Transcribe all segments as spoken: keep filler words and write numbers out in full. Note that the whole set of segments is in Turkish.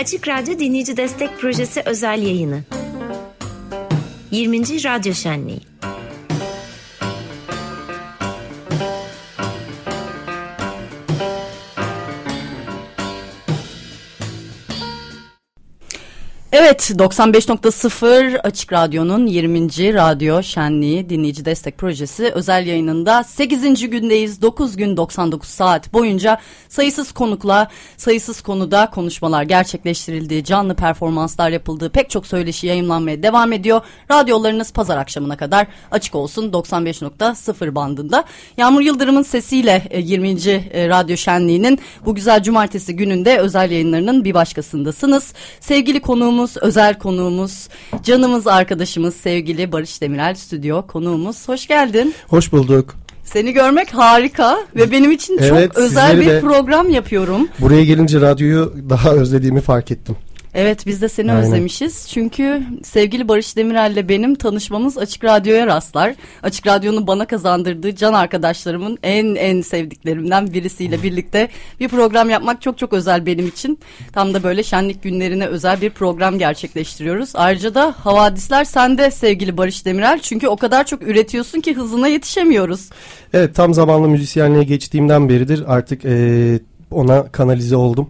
Açık Radyo Dinleyici Destek Projesi özel yayını. yirminci Radyo Şenliği. Evet, doksan beş nokta sıfır Açık Radyo'nun yirminci Radyo Şenliği Dinleyici Destek Projesi özel yayınında sekizinci gündeyiz. dokuz gün doksan dokuz saat boyunca sayısız konukla, sayısız konuda konuşmalar gerçekleştirildiği, canlı performanslar yapıldığı pek çok söyleşi yayımlanmaya devam ediyor. Radyolarınız pazar akşamına kadar açık olsun doksan beş nokta sıfır bandında. Yağmur Yıldırım'ın sesiyle yirminci Radyo Şenliği'nin bu güzel cumartesi gününde özel yayınlarının bir başkasındasınız. Sevgili konuğumuz, özel konuğumuz, canımız arkadaşımız sevgili Barış Demirel stüdyo konuğumuz. Hoş geldin. Hoş bulduk. Seni görmek harika ve benim için evet, çok özel bir program yapıyorum. Buraya gelince radyoyu daha özlediğimi fark ettim. Evet, biz de seni Aynen. özlemişiz. Çünkü sevgili Barış Demirel'le benim tanışmamız Açık Radyo'ya rastlar. Açık Radyo'nun bana kazandırdığı can arkadaşlarımın en en sevdiklerimden birisiyle birlikte bir program yapmak çok çok özel benim için. Tam da böyle şenlik günlerine özel bir program gerçekleştiriyoruz. Ayrıca da havadisler sende sevgili Barış Demirel. Çünkü o kadar çok üretiyorsun ki hızına yetişemiyoruz. Evet, tam zamanlı müzisyenliğe geçtiğimden beridir artık e, ona kanalize oldum.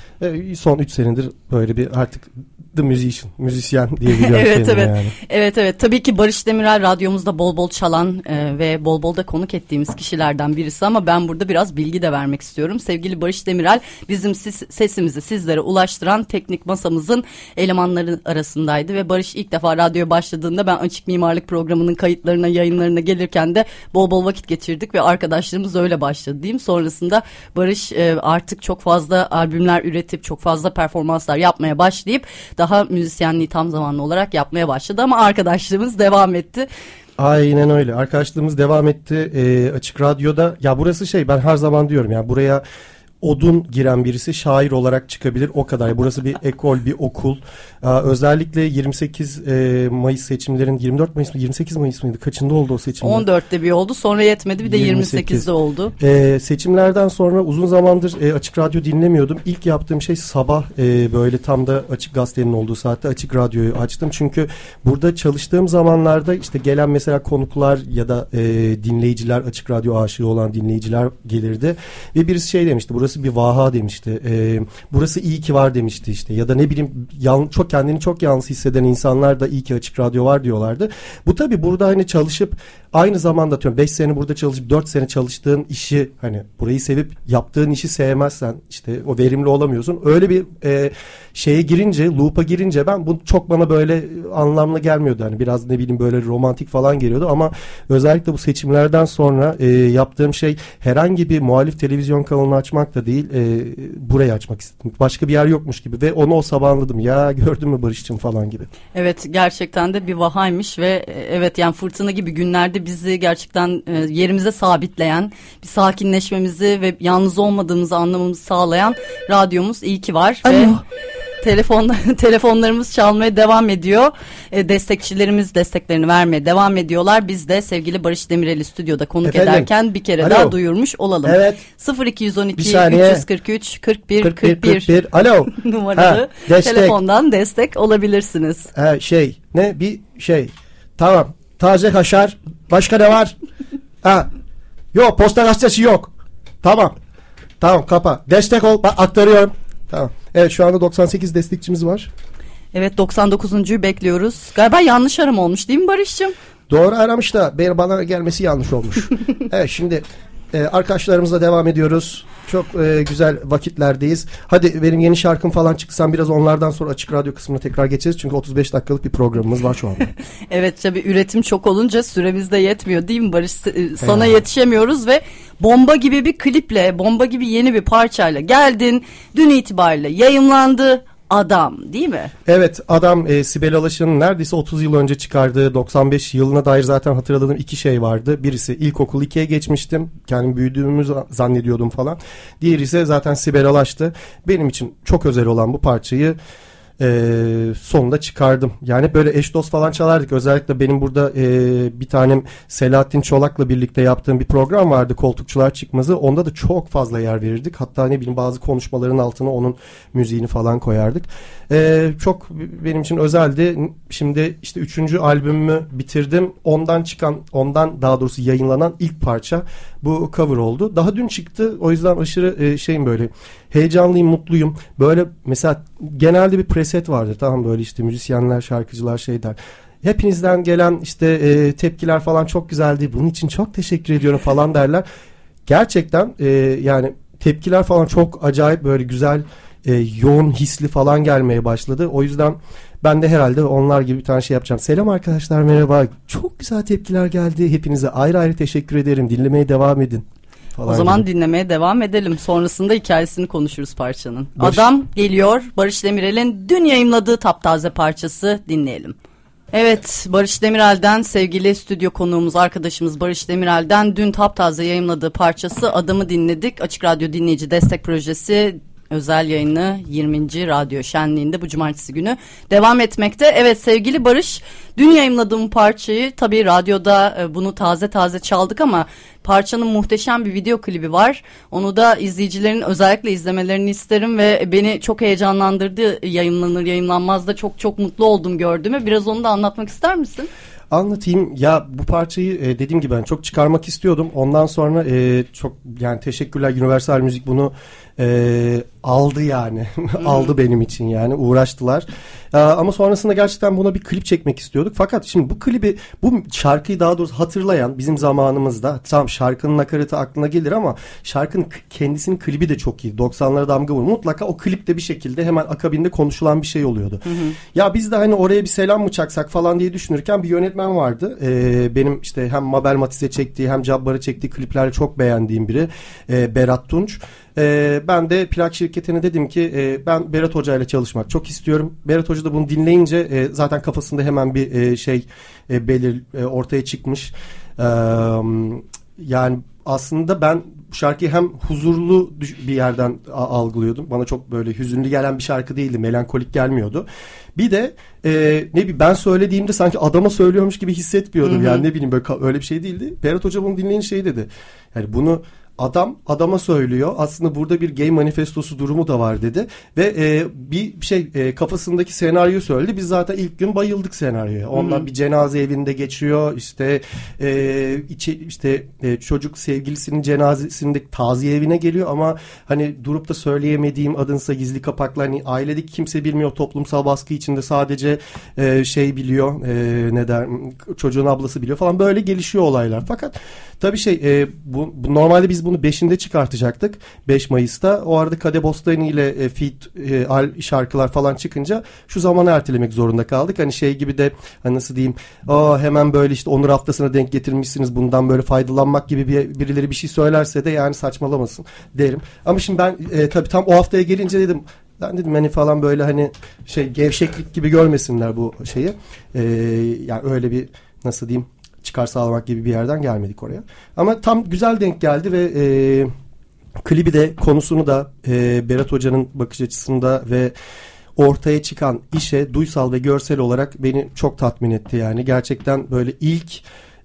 Son üç senedir böyle bir artık the musician, müzisyen diyebiliyorum. evet evet. Yani. Evet evet. Tabii ki Barış Demirel radyomuzda bol bol çalan e, ve bol bol da konuk ettiğimiz kişilerden birisi ama ben burada biraz bilgi de vermek istiyorum. Sevgili Barış Demirel bizim ses, sesimizi sizlere ulaştıran teknik masamızın elemanları arasındaydı ve Barış ilk defa radyoya başladığında ben Açık Mimarlık programının kayıtlarına, yayınlarına gelirken de bol bol vakit geçirdik ve arkadaşlarımız öyle başladı diyeyim. Sonrasında Barış e, artık çok fazla albümler üretip çok fazla performanslar yapmaya başlayıp daha müzisyenliği tam zamanlı olarak yapmaya başladı ama arkadaşlığımız devam etti. Aynen öyle. Arkadaşlığımız devam etti. Ee, Açık Radyo'da ya burası şey, ben her zaman diyorum ya, buraya odun giren birisi şair olarak çıkabilir, o kadar. Burası bir ekol, bir okul. Ee, özellikle yirmi sekiz Mayıs seçimlerin, yirmi dört Mayıs mı yirmi sekiz Mayıs mıydı? Kaçında oldu o seçimler? on dörtte bir oldu, sonra yetmedi, bir de yirmi sekizde oldu. Ee, seçimlerden sonra uzun zamandır e, Açık Radyo dinlemiyordum. İlk yaptığım şey sabah e, böyle tam da Açık Gazete'nin olduğu saatte Açık Radyo'yu açtım. Çünkü burada çalıştığım zamanlarda işte gelen mesela konuklar ya da e, dinleyiciler, Açık Radyo aşığı olan dinleyiciler gelirdi. Ve birisi şey demişti, burası bir vaha demişti. Ee, burası iyi ki var demişti işte. Ya da ne bileyim, yan, çok kendini çok yalnız hisseden insanlar da iyi ki Açık Radyo var diyorlardı. Bu tabii burada hani çalışıp aynı zamanda atıyorum beş sene burada çalışıp dört sene çalıştığın işi, hani burayı sevip yaptığın işi sevmezsen işte o verimli olamıyorsun. Öyle bir e, şeye girince, loop'a girince ben bu çok bana böyle anlamlı gelmiyordu. Hani biraz ne bileyim böyle romantik falan geliyordu ama özellikle bu seçimlerden sonra e, yaptığım şey herhangi bir muhalif televizyon kanalını açmak da değil, e, burayı açmak istedim. Başka bir yer yokmuş gibi ve onu o sabah anladım. Ya gördün mü Barış'cığım falan gibi. Evet, gerçekten de bir vahaymış ve evet yani fırtına gibi günlerde bizi gerçekten e, yerimize sabitleyen, bir sakinleşmemizi ve yalnız olmadığımızı anlamamızı sağlayan radyomuz iyi ki var. Alo. Ve telefon telefonlarımız çalmaya devam ediyor. E, destekçilerimiz desteklerini vermeye devam ediyorlar. Biz de sevgili Barış Demirel'i stüdyoda konuk Efendim? ederken bir kere Alo. daha duyurmuş olalım. Evet. sıfır iki on iki üç yüz kırk üç kırk bir kırk bir, kırk bir. Alo. numaralı ha, destek. Telefondan destek olabilirsiniz. Ha, şey ne bir şey. Tamam. Taze kaşar. Başka ne var? Ha. Yok, Posta Gazetesi yok. Tamam. Tamam, kapa. Destek ol. Bak, aktarıyorum. Tamam. Evet, şu anda doksan sekiz destekçimiz var. Evet, doksan dokuzuncuyu bekliyoruz. Galiba yanlış arama olmuş değil mi Barış'cığım? Doğru aramış da benim bana gelmesi yanlış olmuş. Evet, şimdi e, arkadaşlarımızla devam ediyoruz. Çok e, güzel vakitlerdeyiz. Hadi benim yeni şarkım falan çıksam biraz onlardan sonra Açık Radyo kısmına tekrar geçeriz. Çünkü otuz beş dakikalık bir programımız var şu anda. Evet, tabii üretim çok olunca süremiz de yetmiyor değil mi Barış? Sana evet. yetişemiyoruz ve bomba gibi bir kliple, bomba gibi yeni bir parçayla geldin. Dün itibariyle yayımlandı. Adam değil mi? Evet, Adam e, Sibel Alaş'ın neredeyse otuz yıl önce çıkardığı, doksan beş yılına dair zaten hatırladığım iki şey vardı. Birisi ilkokul ikiye geçmiştim. Kendim büyüdüğümü zannediyordum falan. Diğeri ise zaten Sibel Alaş'tı. Benim için çok özel olan bu parçayı Ee, sonunda çıkardım. Yani böyle eş dost falan çalardık. Özellikle benim burada e, bir tanem Selahattin Çolak'la birlikte yaptığım bir program vardı. Koltukçular Çıkmazı. Onda da çok fazla yer verirdik. Hatta ne bileyim bazı konuşmaların altına onun müziğini falan koyardık. Ee, çok benim için özeldi. Şimdi işte üçüncü albümümü bitirdim. Ondan çıkan, ondan daha doğrusu yayınlanan ilk parça bu cover oldu. Daha dün çıktı. O yüzden aşırı e, şeyim böyle heyecanlıyım, mutluyum. Böyle mesela genelde bir preset vardır. Tamam, böyle işte müzisyenler, şarkıcılar şey der. Hepinizden gelen işte e, tepkiler falan çok güzeldi. Bunun için çok teşekkür ediyorum falan derler. Gerçekten e, yani tepkiler falan çok acayip böyle güzel, e, yoğun, hisli falan gelmeye başladı. O yüzden ben de herhalde onlar gibi bir tane şey yapacağım. Selam arkadaşlar, merhaba. Çok güzel tepkiler geldi. Hepinize ayrı ayrı teşekkür ederim. Dinlemeye devam edin. O zaman gibi. Dinlemeye devam edelim. Sonrasında hikayesini konuşuruz parçanın. Barış... Adam geliyor. Barış Demirel'in dün yayımladığı taptaze parçası, dinleyelim. Evet, Barış Demirel'den, sevgili stüdyo konuğumuz, arkadaşımız Barış Demirel'den dün taptaze yayımladığı parçası Adam'ı dinledik. Açık Radyo Dinleyici Destek Projesi özel yayını yirminci Radyo Şenliği'nde bu cumartesi günü devam etmekte. Evet sevgili Barış, dün yayımladığım parçayı tabii radyoda bunu taze taze çaldık ama parçanın muhteşem bir video klibi var. Onu da izleyicilerin özellikle izlemelerini isterim ve beni çok heyecanlandırdı. Yayınlanır yayınlanmaz da çok çok mutlu oldum gördüğümü. Biraz onu da anlatmak ister misin? Anlatayım. Ya bu parçayı e, dediğim gibi ben çok çıkarmak istiyordum. Ondan sonra e, çok yani teşekkürler Universal Müzik bunu e, aldı yani. aldı benim için yani. Uğraştılar. E, ama sonrasında gerçekten buna bir klip çekmek istiyorduk. Fakat şimdi bu klibi, bu şarkıyı daha doğrusu hatırlayan bizim zamanımızda, tamam şarkının nakaratı aklına gelir ama şarkının kendisinin klibi de çok iyi. doksanlara damga vurur. Mutlaka o klipte bir şekilde hemen akabinde konuşulan bir şey oluyordu. Hı hı. Ya biz de hani oraya bir selam mı çaksak falan diye düşünürken bir yönetmen vardı. Ee, benim işte hem Mabel Matiz'e çektiği hem Cabbar'ı çektiği kliplerle çok beğendiğim biri. Ee, Berat Tunç. Ee, ben de plak şirketine dedim ki e, ben Berat Hoca ile çalışmak çok istiyorum. Berat Hoca da bunu dinleyince e, zaten kafasında hemen bir e, şey e, belir e, ortaya çıkmış. Ee, yani aslında ben bu şarkıyı hem huzurlu bir yerden algılıyordum. Bana çok böyle hüzünlü gelen bir şarkı değildi. Melankolik gelmiyordu. Bir de e, ne bileyim ben söylediğimde sanki adama söylüyormuş gibi hissetmiyordum. Hı hı. Yani ne bileyim böyle öyle bir şey değildi. Berat Hoca bunu dinleyince şey dedi. Yani bunu adam adama söylüyor. Aslında burada bir gay manifestosu durumu da var dedi. Ve e, bir şey e, kafasındaki senaryoyu söyledi. Biz zaten ilk gün bayıldık senaryoya. Ondan hmm. bir cenaze evinde geçiyor. İşte e, içi, işte e, çocuk sevgilisinin cenazesinde taziye evine geliyor ama hani durup da söyleyemediğim adınsa gizli kapakla, hani ailedeki kimse bilmiyor, toplumsal baskı içinde sadece e, şey biliyor, e, ne der, çocuğun ablası biliyor falan, böyle gelişiyor olaylar. Fakat tabii şey e, bu, bu normalde biz bunu beşinde çıkartacaktık. beş Mayıs'ta. O arada Kade Bostani ile e, feat e, al şarkılar falan çıkınca şu zamanı ertelemek zorunda kaldık. Hani şey gibi de hani nasıl diyeyim, aa hemen böyle işte onur haftasına denk getirmişsiniz, bundan böyle faydalanmak gibi bir, birileri bir şey söylerse de yani saçmalamasın derim. Ama şimdi ben e, tabii tam o haftaya gelince dedim, ben dedim hani falan böyle hani şey gevşeklik gibi görmesinler bu şeyi. E, yani öyle bir nasıl diyeyim çıkar sağlamak gibi bir yerden gelmedik oraya. Ama tam güzel denk geldi ve e, klibi de konusunu da e, Berat Hoca'nın bakış açısında ve ortaya çıkan işe duysal ve görsel olarak beni çok tatmin etti yani. Gerçekten böyle ilk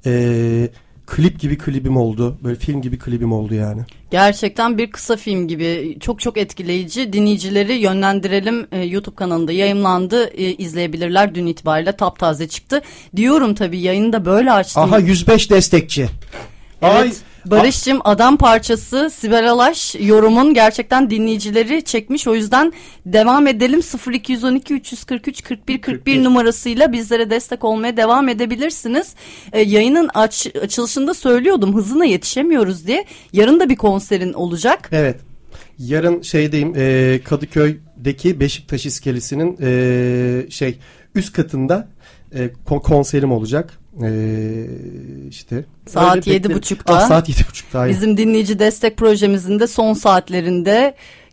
e, klip gibi klibim oldu. Böyle film gibi klibim oldu yani. Gerçekten bir kısa film gibi, çok çok etkileyici. Dinleyicileri yönlendirelim. Ee, YouTube kanalında yayımlandı. Ee, izleyebilirler. Dün itibariyle taptaze çıktı. Diyorum tabii, yayını da böyle açtım. Aha yüz beş destekçi. Evet. Ay. Barış'cığım, Adam parçası, Sibel Alaş yorumun gerçekten dinleyicileri çekmiş. O yüzden devam edelim. sıfır iki on iki üç kırk üç kırk bir kırk bir numarasıyla bizlere destek olmaya devam edebilirsiniz. Ee, yayının aç, açılışında söylüyordum, hızına yetişemiyoruz diye. Yarın da bir konserin olacak. Evet. Yarın şeydeyim, e, Kadıköy'deki Beşiktaş iskelesinin e, şey üst katında e, konserim olacak. Ee, işte saat yedi buçukta ah, saat yedi buçukta bizim dinleyici destek projemizin de son saatlerinde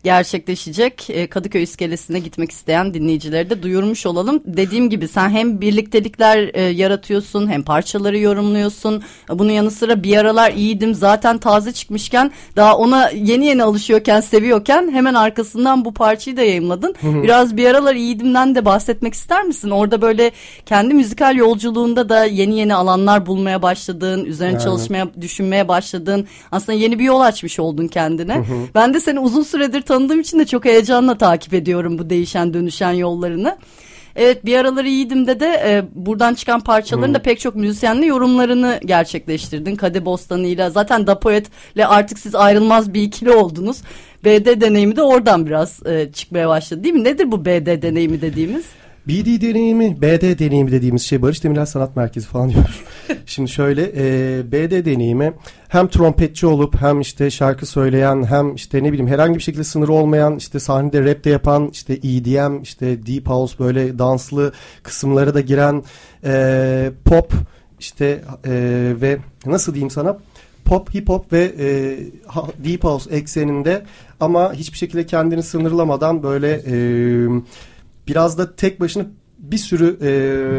gerçekleşecek. E, Kadıköy İskelesi'ne gitmek isteyen dinleyicileri de duyurmuş olalım. Dediğim gibi sen hem birliktelikler e, yaratıyorsun hem parçaları yorumluyorsun. Bunun yanı sıra bir aralar iyiydim zaten taze çıkmışken daha ona yeni yeni alışıyorken seviyorken hemen arkasından bu parçayı da yayımladın. Hı hı. Biraz bir aralar iyiydimden de bahsetmek ister misin? Orada böyle kendi müzikal yolculuğunda da yeni yeni alanlar bulmaya başladın, üzerine yani. çalışmaya, düşünmeye başladın. Aslında yeni bir yol açmış oldun kendine. Hı hı. Ben de seni uzun süredir tanıdığım için de çok heyecanla takip ediyorum bu değişen dönüşen yollarını. Evet, bir araları iyiydim de de e, buradan çıkan parçaların hmm. da pek çok müzisyenle yorumlarını gerçekleştirdin. Kade Bostanı'yla zaten Da Poet'le artık siz ayrılmaz bir ikili oldunuz. B D deneyimi de oradan biraz e, çıkmaya başladı değil mi? Nedir bu B D deneyimi dediğimiz? B D deneyimi, B D deneyimi dediğimiz şey Barış Demirel Sanat Merkezi falan diyoruz. Şimdi şöyle e, B D deneyimi hem trompetçi olup hem işte şarkı söyleyen hem işte ne bileyim herhangi bir şekilde sınırı olmayan işte sahnede rap de yapan işte E D M işte Deep House böyle danslı kısımlara da giren e, pop işte e, ve nasıl diyeyim sana pop, hip hop ve e, Deep House ekseninde ama hiçbir şekilde kendini sınırlamadan böyle e, biraz da tek başına bir sürü e,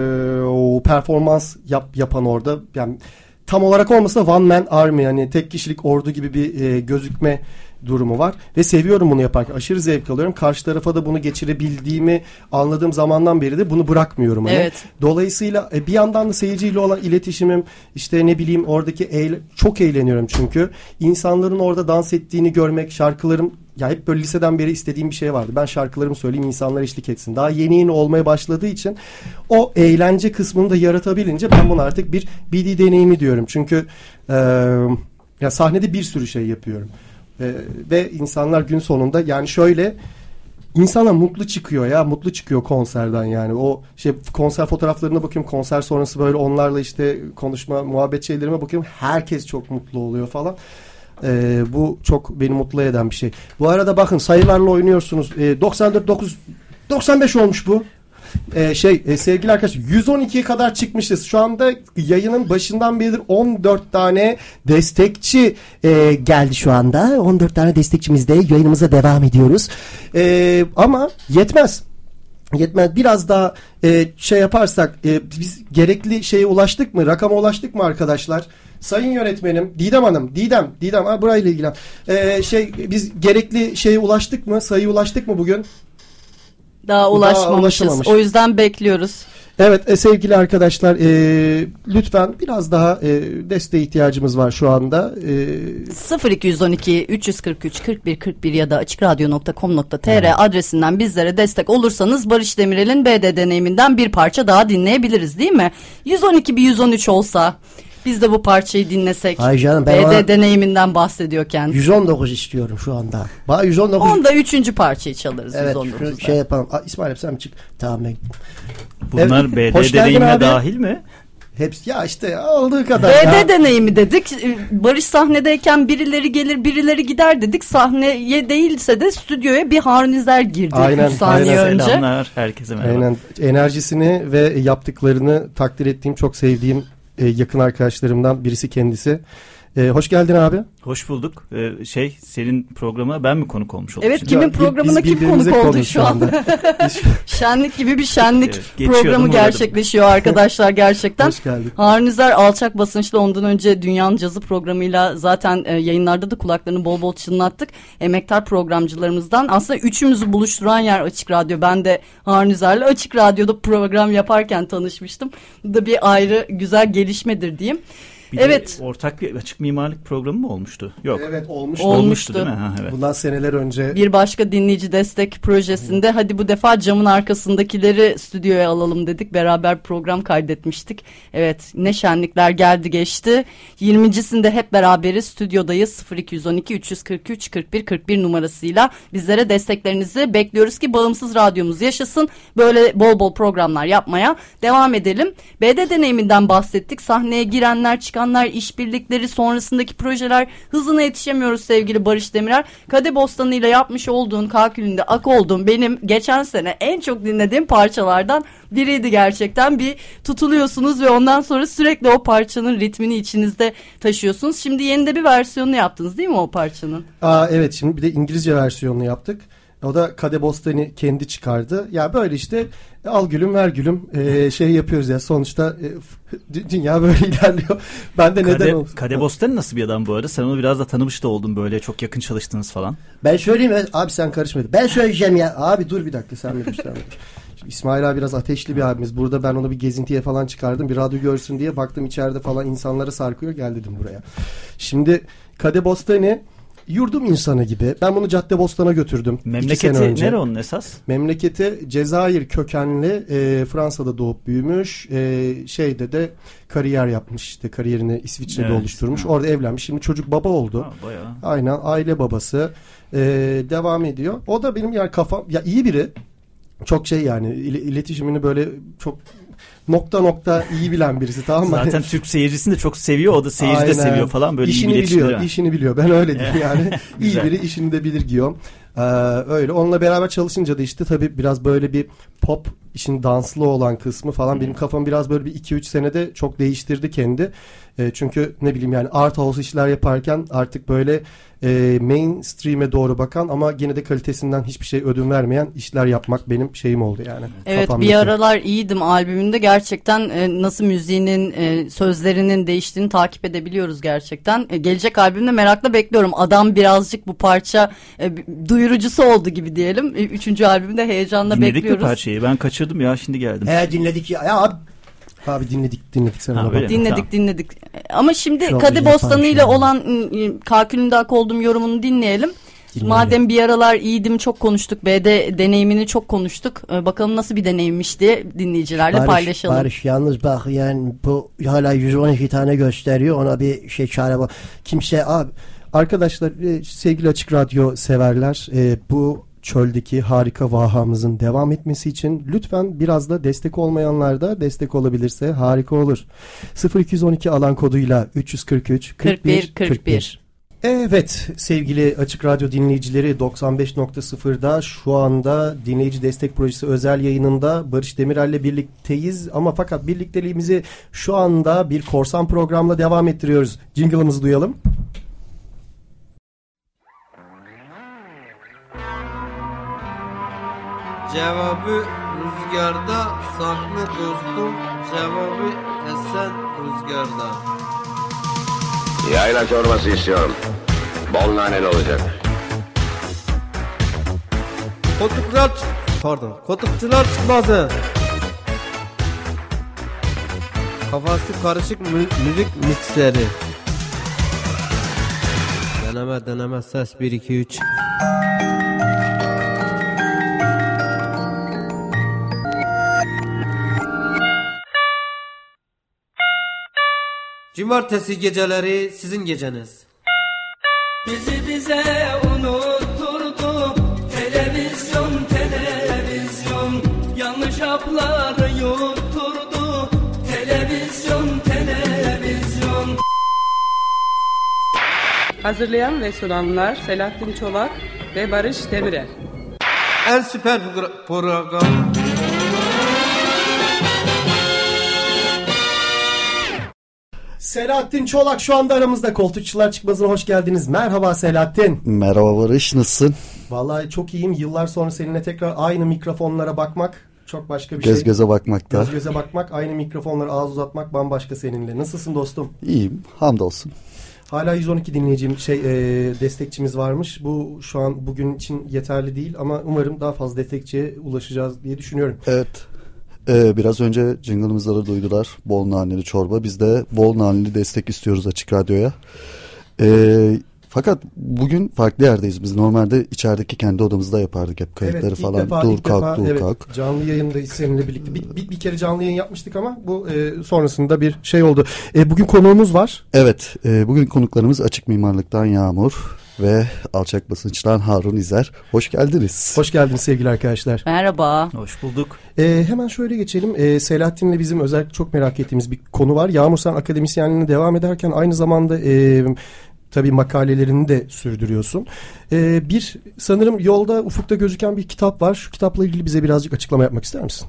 o performans yap, yapan orada yani tam olarak olmasa da one man army yani tek kişilik ordu gibi bir e, gözükme durumu var ve seviyorum bunu yaparken aşırı zevk alıyorum. Karşı tarafa da bunu geçirebildiğimi anladığım zamandan beri de bunu bırakmıyorum. Hani. Evet. Dolayısıyla e, bir yandan da seyirciyle olan iletişimim işte ne bileyim oradaki eğle- çok eğleniyorum çünkü insanların orada dans ettiğini görmek şarkılarım ya hep böyle liseden beri istediğim bir şey vardı. Ben şarkılarımı söyleyeyim insanlar eşlik etsin. Daha yeni yeni olmaya başladığı için o eğlence kısmını da yaratabilince ben bunu artık bir B D deneyimi diyorum. Çünkü e, ya sahnede bir sürü şey yapıyorum. E, ve insanlar gün sonunda yani şöyle insanlar mutlu çıkıyor ya mutlu çıkıyor konserden yani o şey konser fotoğraflarına bakıyorum konser sonrası böyle onlarla işte konuşma muhabbet şeylerime bakıyorum herkes çok mutlu oluyor falan. Ee, bu çok beni mutlu eden bir şey. Bu arada bakın sayılarla oynuyorsunuz. Ee, doksan dört dokuz doksan beş olmuş bu. Ee, şey e, sevgili arkadaşlar yüz on ikiye kadar çıkmışız. Şu anda yayının başından beridir on dört tane destekçi e, geldi şu anda. on dört tane destekçimizde yayınımıza devam ediyoruz. Ee, ama yetmez. Yetmez. Biraz daha e, şey yaparsak e, biz gerekli şeye ulaştık mı? Rakama ulaştık mı arkadaşlar? Sayın yönetmenim, Didem Hanım, Didem, Didem, ha, burayla ilgilen. Ee, şey, biz gerekli şeye ulaştık mı? Sayıya ulaştık mı bugün? Daha ulaşmamışız. O yüzden bekliyoruz. Evet e, sevgili arkadaşlar e, lütfen biraz daha e, desteğe ihtiyacımız var şu anda. E, sıfır iki on iki üç kırk üç kırk bir kırk bir ya da açıkradyo nokta com nokta tr evet. adresinden bizlere destek olursanız Barış Demirel'in B D deneyiminden bir parça daha dinleyebiliriz değil mi? yüz on iki bir yüz on üç olsa biz de bu parçayı dinlesek. Hayır canım, ben B D deneyiminden bahsediyorken. yüz on dokuz istiyorum şu anda. Bana yüz on dokuz. Onda üçüncü parçayı çalarız. Evet, yüz on dokuzda. şey yapalım. Aa, İsmail abi sen mi çık? Tamam ben. Bunlar evet, B D deneyimine dahil mi? Hepsi ya işte olduğu kadar. B D ya. deneyimi dedik. Barış sahnedeyken birileri gelir birileri gider dedik. Sahneye değilse de stüdyoya bir harnizer girdi. Aynen, üç saniye aynen. önce. Selamlar herkese merhaba. Aynen. Enerjisini ve yaptıklarını takdir ettiğim çok sevdiğim e, yakın arkadaşlarımdan birisi kendisi. E, hoş geldin abi. Hoş bulduk. Ee, şey senin programa ben mi konuk olmuş oldum? Evet şimdi? kimin Ya, programına biz kim konuk oldu şu anda? anda. Şenlik gibi bir şenlik evet, programı gerçekleşiyor arkadaşlar gerçekten. Hoş geldin. Harnizer alçak basınçlı ondan önce Dünyanın Cazı programıyla zaten e, yayınlarda da kulaklarını bol bol çınlattık. Emektar programcılarımızdan aslında üçümüzü buluşturan yer Açık Radyo. Ben de Harnizer'le Açık Radyo'da program yaparken tanışmıştım. Bu da bir ayrı güzel gelişmedir diyeyim. Bir evet. Ortak bir açık mimarlık programı mı olmuştu? Yok. Evet olmuştu. Olmuştu, olmuştu değil mi? Ha, evet. Bundan seneler önce. Bir başka dinleyici destek projesinde hmm. hadi bu defa camın arkasındakileri stüdyoya alalım dedik. Beraber program kaydetmiştik. Evet ne şenlikler geldi geçti. yirmincisinde hep beraberiz stüdyodayız. sıfır iki on iki üç kırk üç kırk bir kırk bir numarasıyla bizlere desteklerinizi bekliyoruz ki bağımsız radyomuz yaşasın. Böyle bol bol programlar yapmaya devam edelim. B D deneyiminden bahsettik. Sahneye girenler çıkan başkanlar, işbirlikleri, sonrasındaki projeler, hızına yetişemiyoruz sevgili Barış Demirer. Kadebostanı ile yapmış olduğun, Kakül'ünde ak olduğun benim geçen sene en çok dinlediğim parçalardan biriydi gerçekten. Bir tutuluyorsunuz ve ondan sonra sürekli o parçanın ritmini içinizde taşıyorsunuz. Şimdi yeni de bir versiyonunu yaptınız değil mi o parçanın? Aa, evet, şimdi bir de İngilizce versiyonunu yaptık. O da Kadebostan'ı kendi çıkardı. Ya böyle işte al gülüm ver gülüm e, şey yapıyoruz ya sonuçta e, dünya böyle ilerliyor. Ben de Kade, neden olsun? Kadebostan nasıl bir adam bu arada? Sen onu biraz da tanımış da oldun, böyle çok yakın çalıştınız falan. Ben söyleyeyim mi? Abi sen karışmadın. Ben söyleyeceğim ya. Abi dur bir dakika, sen mi dur sen mi dur. Şimdi İsmail abi biraz ateşli bir abimiz. Burada ben onu bir gezintiye falan çıkardım. Bir radyo görsün diye baktım içeride falan insanlara sarkıyor. Gel dedim buraya. Şimdi Kadebostan'ı yurdum insanı gibi. Ben bunu Caddebostan'a götürdüm. Memleketi nere onun esas? Memleketi Cezayir kökenli, e, Fransa'da doğup büyümüş. E, şeyde de kariyer yapmış, işte kariyerini İsviçre'de evet. oluşturmuş. Ha. Orada evlenmiş. Şimdi çocuk baba oldu. Ha, bayağı. Aynen, aile babası. E, devam ediyor. O da benim yani kafam, ya iyi biri. Çok şey yani il- iletişimini böyle çok nokta nokta iyi bilen birisi, tamam mı? Zaten Türk seyircisini de çok seviyor, o da seyirci Aynen. de seviyor falan, böyle işini iyi biliyor, biliyor. işini biliyor. Ben öyle diyeyim yani. İyi Güzel. biri işini de bilir Guillaume. Ee, öyle. Onunla beraber çalışınca da işte tabii biraz böyle bir pop, işin danslı olan kısmı falan hmm. benim kafam biraz böyle bir iki üç senede çok değiştirdi kendi. E, çünkü ne bileyim yani art house işler yaparken artık böyle e, mainstream'e doğru bakan ama gene de kalitesinden hiçbir şey ödün vermeyen işler yapmak benim şeyim oldu yani. Evet, kafamdaki. Bir aralar iyiydim albümünde gerçekten e, nasıl müziğinin e, sözlerinin değiştiğini takip edebiliyoruz gerçekten. E, gelecek albümde merakla bekliyorum. Adam birazcık bu parça e, duyurucusu oldu gibi diyelim. E, üçüncü albümde heyecanla Dinledik bekliyoruz. Dinledik mi parçayı? Ben kaçırdım ya, şimdi geldim. He dinledik ya. Ya abi. Abi dinledik dinledik sen Ha, ona bak. Dinledik Tamam. dinledik. Ama şimdi Şu Kadebostanı ile şey olan Kakül'ünde ak olduğum yorumunu dinleyelim. Dinleyelim. Madem bir aralar iyiydim çok konuştuk. B D deneyimini çok konuştuk. Ee, bakalım nasıl bir deneyimmiş diye dinleyicilerle Barış, paylaşalım. Barış yalnız bak yani bu hala yüz on iki tane gösteriyor. Ona bir şey çare bak. Kimse abi. Arkadaşlar, e, sevgili Açık Radyo severler, e, bu çöldeki harika vahamızın devam etmesi için lütfen biraz da destek olmayanlar da destek olabilirse harika olur. sıfır iki on iki alan koduyla üç yüz kırk üç kırk bir kırk bir. Evet sevgili Açık Radyo dinleyicileri, doksan beş nokta sıfırda şu anda dinleyici destek projesi özel yayınında Barış Demirel'le birlikteyiz ama fakat birlikteliğimizi şu anda bir korsan programla devam ettiriyoruz. Jingle'ımızı duyalım. Cevabı rüzgarda saklı dostum, cevabı esen rüzgarda. Yayla çorbası istiyorum. Bol naneli olacak. Kotuklar, pardon, kotukçular çıkmazı. Kafası karışık mü- müzik mikseri. Deneme deneme ses bir iki üç. Cumartesi geceleri sizin geceniz. Bizi bize unutturdu televizyon televizyon, yanlış hapları yutturdu televizyon televizyon. Hazırlayan ve sunanlar Selahattin Çolak ve Barış Demirel. En süper program. Selahattin Çolak şu anda aramızda. Koltukçular Çıkmazı'na hoş geldiniz. Merhaba Selahattin. Merhaba Barış, nasılsın? Vallahi çok iyiyim. Yıllar sonra seninle tekrar aynı mikrofonlara bakmak çok başka bir Göz şey. göze bakmakta. Göz göze bakmak, aynı mikrofonlara ağız uzatmak bambaşka seninle. Nasılsın dostum? İyiyim, hamdolsun. Hala yüz on iki dinleyicim şey e, destekçimiz varmış. Bu şu an bugün için yeterli değil ama umarım daha fazla destekçiye ulaşacağız diye düşünüyorum. Evet. Ee, biraz önce jingle'ımızları duydular. Bol naneli çorba. Biz de bol naneli destek istiyoruz Açık Radyo'ya. Ee, fakat bugün farklı yerdeyiz. Biz normalde içerideki kendi odamızda yapardık hep kayıtları evet, falan. Defa, dur kalk defa, dur evet, kalk. Canlı yayındayız seninle birlikte. Bir, bir, bir kere canlı yayın yapmıştık ama bu e, sonrasında bir şey oldu. E, bugün konuğumuz var. Evet. E, bugün konuklarımız Açık Mimarlık'tan Yağmur. ve alçak basınçtan Harun İzer. Hoş geldiniz. Hoş geldiniz sevgili arkadaşlar. Merhaba. Hoş bulduk. Ee, hemen şöyle geçelim. Ee, Selahattin'le bizim özellikle çok merak ettiğimiz bir konu var. Yağmur, sen akademisyenliğine devam ederken aynı zamanda e, tabii makalelerini de sürdürüyorsun. Ee, bir sanırım yolda ufukta gözüken bir kitap var. Şu kitapla ilgili bize birazcık açıklama yapmak ister misin?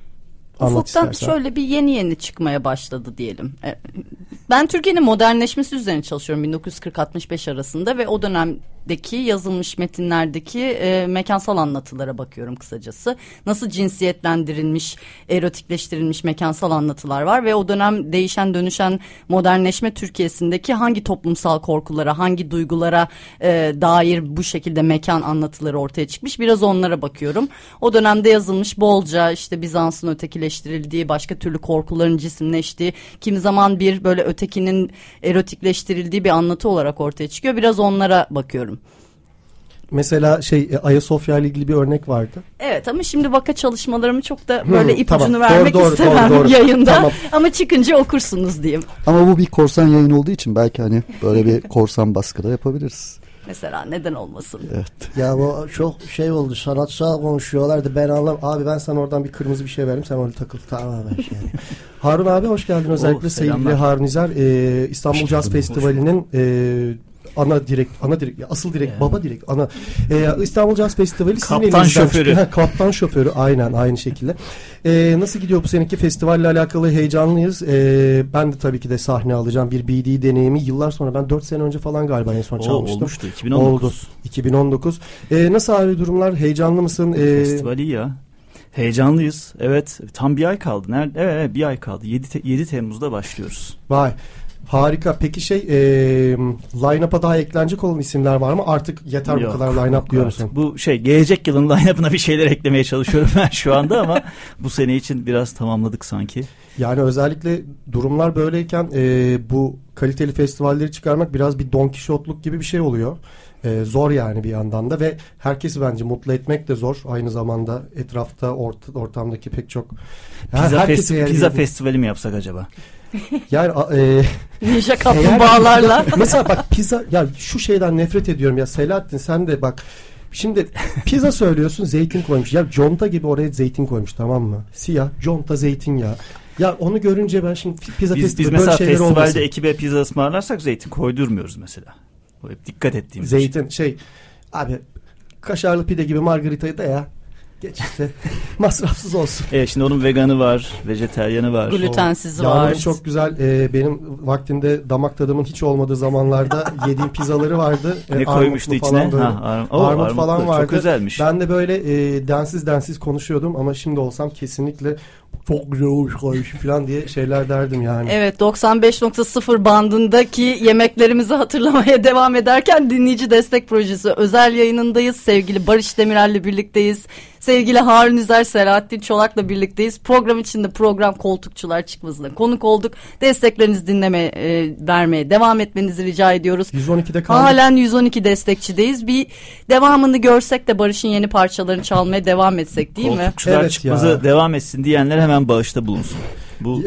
Ufuktan şöyle bir yeni yeni çıkmaya başladı diyelim. Ben Türkiye'nin modernleşmesi üzerine çalışıyorum bin dokuz yüz kırk altmış beş arasında ve o dönemdeki yazılmış metinlerdeki e, mekansal anlatılara bakıyorum kısacası. Nasıl cinsiyetlendirilmiş, erotikleştirilmiş mekansal anlatılar var ve o dönem değişen dönüşen modernleşme Türkiye'sindeki hangi toplumsal korkulara, hangi duygulara e, dair bu şekilde mekan anlatıları ortaya çıkmış, biraz onlara bakıyorum. O dönemde yazılmış bolca işte Bizans'ın ötekileştirildiği, başka türlü korkuların cisimleştiği, kimi zaman bir böyle ötekinin erotikleştirildiği bir anlatı olarak ortaya çıkıyor. Biraz onlara bakıyorum. Mesela şey Ayasofya ile ilgili bir örnek vardı. Evet, ama şimdi vaka çalışmalarımı çok da böyle hmm, ipucunu tamam. vermek doğru, doğru, istemem doğru, doğru. yayında. Tamam. Ama çıkınca okursunuz diyeyim. Ama bu bir korsan yayın olduğu için belki hani böyle bir korsan baskıda yapabiliriz. Mesela neden olmasın? Evet. Ya bu çok şey oldu, sanatsal konuşuyorlardı, ben anlam. Abi ben sana oradan bir kırmızı bir şey verdim, sen orada takıl. Tamamen şey. Harun abi hoş geldin özellikle. Oh, sevgili Harun İzer, e, İstanbul Jazz Festivali'nin e, ana direkt, ana direkt, asıl direkt, yeah. baba direkt, ana e, İstanbul Jazz Festivali kaptan şoförü. Ha, kaptan şoförü, aynen aynı şekilde. E, nasıl gidiyor bu seneki festivalle alakalı? Heyecanlıyız. E, ben de tabii ki de sahne alacağım. Bir B D deneyimi yıllar sonra, ben dört sene önce falan galiba en son Oo, çalmıştım. Olmuştu iki bin on dokuz. Oldu. iki bin on dokuz. E, nasıl abi durumlar? Heyecanlı mısın? E, Festival iyi ya. Heyecanlıyız. Evet. Tam bir ay kaldı. Nerede? Evet, evet bir ay kaldı. yedi Temmuz'da başlıyoruz. Vay. Harika. Peki şey e, line-up'a daha eklenecek olan isimler var mı? Artık yeter Yok, bu kadar line-up diyor musun? Bu şey gelecek yılın line-up'ına bir şeyler eklemeye çalışıyorum ben şu anda ama bu sene için biraz tamamladık sanki. Yani özellikle durumlar böyleyken e, bu kaliteli festivalleri çıkarmak biraz bir Don Kişotluk gibi bir şey oluyor. E, zor yani bir yandan da ve herkesi bence mutlu etmek de zor. Aynı zamanda etrafta ort- ortamdaki pek çok... Pizza, festi- pizza festivali mi yapsak acaba? Yani e, ninja kaplumbağalarla. Mesela bak pizza, ya şu şeyden nefret ediyorum ya Selahattin, sen de bak. Şimdi pizza söylüyorsun, zeytin koymuş. Ya conta gibi oraya zeytin koymuş, tamam mı? Siyah conta zeytinyağı. Ya onu görünce ben şimdi pizza biz, festivali biz mesela böyle şeyler festivalde olmasın. ekibe pizza ısmarlarsak zeytin koydurmuyoruz mesela. O hep dikkat ettiğimiz zeytin şey. şey abi kaşarlı pide gibi margaritayı da ya geç işte masrafsız olsun. Evet, şimdi onun veganı var, vejeteryanı var. Glutensizi var. Yağmur'un çok güzel e, benim vaktinde damak tadımın hiç olmadığı zamanlarda yediğim pizzaları vardı. Ne e, koymuştu içine? Böyle. Ha, ar- o, armut armutlu, falan vardı. Çok güzelmiş. Ben de böyle e, densiz densiz konuşuyordum ama şimdi olsam kesinlikle çok güzel olmuş koymuş falan diye şeyler derdim yani. Evet, doksan beş nokta sıfır bandındaki yemeklerimizi hatırlamaya devam ederken dinleyici destek projesi özel yayınındayız. Sevgili Barış Demirel'le birlikteyiz. Sevgili Harun İzer, Selahattin Çolak'la birlikteyiz. Program içinde program koltukçular çıkmasına konuk olduk. Desteklerinizi dinlemeye, e, vermeye devam etmenizi rica ediyoruz. yüz on ikide kaldık. Halen yüz on iki destekçideyiz. Bir devamını görsek de Barış'ın yeni parçalarını çalmaya devam etsek değil mi? Koltukçular evet çıkmazı ya. devam etsin diyenler hemen bağışta bulunsun. Bu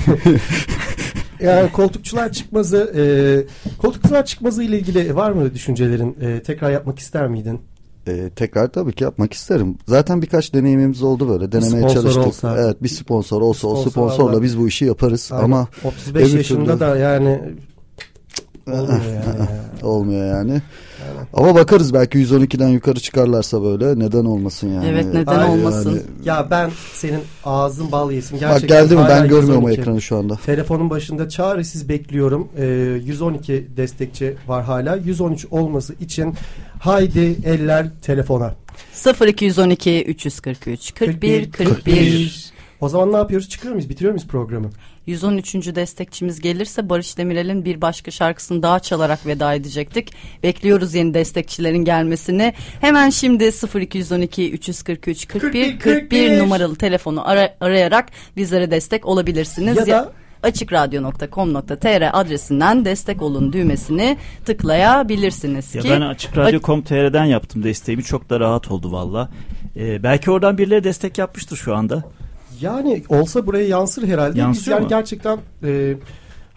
yani koltukçular çıkmazı e, koltukçular çıkmazı ile ilgili var mı düşüncelerin? E, tekrar yapmak ister miydin? Ee, tekrar tabii ki yapmak isterim. Zaten birkaç deneyimimiz oldu böyle. Denemeye çalıştık. Olsa, evet, bir sponsor olsa sponsor o sponsorla Allah. biz bu işi yaparız. Aynen. Ama otuz beş yaşında türlü... da yani olmuyor yani. olmuyor yani. Evet. Ama bakarız, belki yüz on ikiden yukarı çıkarlarsa böyle, neden olmasın yani. Evet, neden Ay, olmasın. Yani... Ya ben senin ağzın bal yesin. Gerçekten bak geldi mi, ben görmüyorum o ekranı şu anda. Telefonun başında çaresiz bekliyorum. Ee, yüz on iki destekçi var hala. yüz on üç olması için haydi eller telefona. sıfır iki on iki üç kırk üç kırk bir kırk bir. O zaman ne yapıyoruz? Çıkıyor muyuz? Bitiriyor muyuz programı? yüz on üçüncü destekçimiz gelirse Barış Demirel'in bir başka şarkısını daha çalarak veda edecektik. Bekliyoruz yeni destekçilerin gelmesini. Hemen şimdi sıfır iki on iki üç kırk üç kırk bir kırk bir numaralı telefonu ara- arayarak bizlere destek olabilirsiniz. Ya, ya da açık radyo nokta com nokta tr adresinden destek olun düğmesini tıklayabilirsiniz ya ki. Ben açık radyo nokta com nokta tr'den yaptım desteğimi, çok da rahat oldu valla. Ee, belki oradan birileri destek yapmıştır şu anda. Yani olsa buraya yansır herhalde. Yansıyor Biz yani mu? gerçekten e,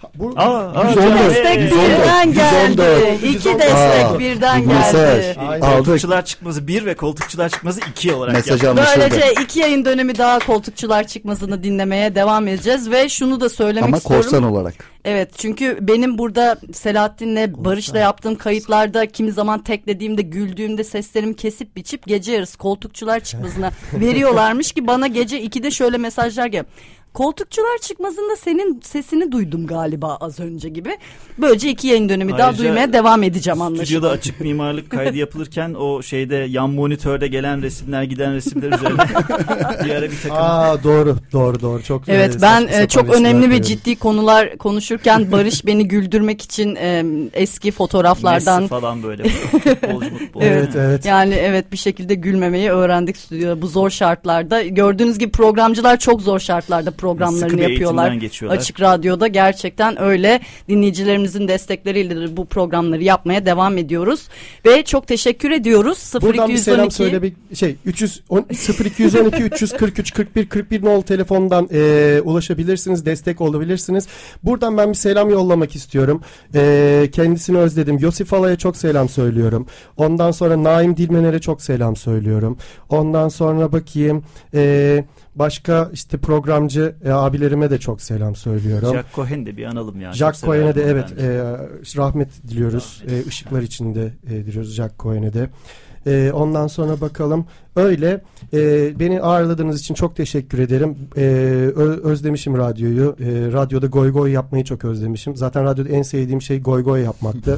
Bu Aa, aa, İki canım. destek Ee, birden geldi. yüz on İki dört. destek Aa, birden bir mesaj. geldi. Koltukçular çıkmazı bir ve koltukçular çıkmazı iki olarak Mesaj yaptık. anlaşıldı. Böylece iki yayın dönemi daha koltukçular çıkmasını dinlemeye devam edeceğiz ve şunu da söylemek Ama istiyorum. korsan olarak. Evet, çünkü benim burada Selahattin'le Barış'la yaptığım kayıtlarda kimi zaman teklediğimde, güldüğümde seslerimi kesip biçip gece yarısı koltukçular çıkmasına veriyorlarmış ki bana gece ikide şöyle mesajlar gel. Koltukçular çıkmazında senin sesini duydum galiba az önce gibi. Böylece iki yayın dönemi daha Ayrıca duymaya devam edeceğim anlaşılan. Stüdyoda açık mimarlık kaydı yapılırken o şeyde yan monitörde gelen resimler, giden resimler üzerine bir ara bir takım. Aa doğru doğru doğru çok. Evet e, ben saçma e, sapan çok resimler önemli ve koyuyorum. ciddi konular konuşurken Barış beni güldürmek için e, eski fotoğraflardan Messi falan böyle. Futbolcu futbolcu. Evet evet. yani evet bir şekilde gülmemeyi öğrendik stüdyoda bu zor şartlarda. Gördüğünüz gibi programcılar çok zor şartlarda programlarını Sıkı bir yapıyorlar. eğitimden geçiyorlar. Açık Radyo'da gerçekten öyle. Dinleyicilerimizin destekleriyle de bu programları yapmaya devam ediyoruz ve çok teşekkür ediyoruz. Buradan bir selam sıfır iki yüz on iki söyle bir şey üç yüz on sıfır iki yüz on iki üç yüz kırk üç kırk bir kırk bir nol telefondan e, ulaşabilirsiniz, destek olabilirsiniz. Buradan ben bir selam yollamak istiyorum. E, kendisini özledim. Yosif Ala'ya çok selam söylüyorum. Ondan sonra Naim Dilmener'e çok selam söylüyorum. Ondan sonra bakayım eee başka işte programcı e, abilerime de çok selam söylüyorum. Jack Cohen de bir analım ya. Jack Çok Cohen'e de severim evet ben. e, rahmet diliyoruz. E, ışıklar içinde e, diliyoruz Jack Cohen'e de. E, ondan sonra bakalım. Öyle e, beni ağırladığınız için çok teşekkür ederim. E, ö- özlemişim radyoyu. E, radyoda goy goy yapmayı çok özlemişim. Zaten radyoda en sevdiğim şey goy goy yapmaktı.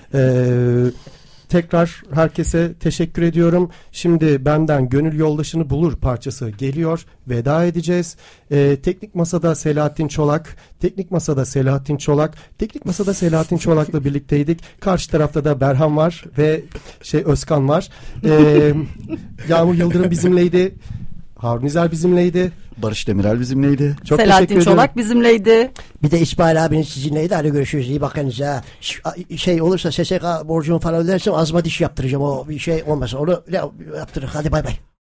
Eee Tekrar herkese teşekkür ediyorum. Şimdi benden Gönül Yoldaşını Bulur parçası geliyor. Veda edeceğiz. Ee, Teknik Masa'da Selahattin Çolak. Teknik Masa'da Selahattin Çolak. Teknik Masa'da Selahattin Çolak'la birlikteydik. Karşı tarafta da Berhan var ve şey Özkan var. Ee, Yağmur Yıldırım bizimleydi. Harun İzel bizimleydi. Barış Demirel bizimleydi. Çok Selahattin Çolak bizimleydi. Bir de İsmail abinin sizinleydi. Hadi görüşürüz. İyi bakınız ha. Şey olursa S S K borcumu falan ödersem azma diş yaptıracağım. O bir şey olmasın. Onu yaptırın. Hadi bay bay.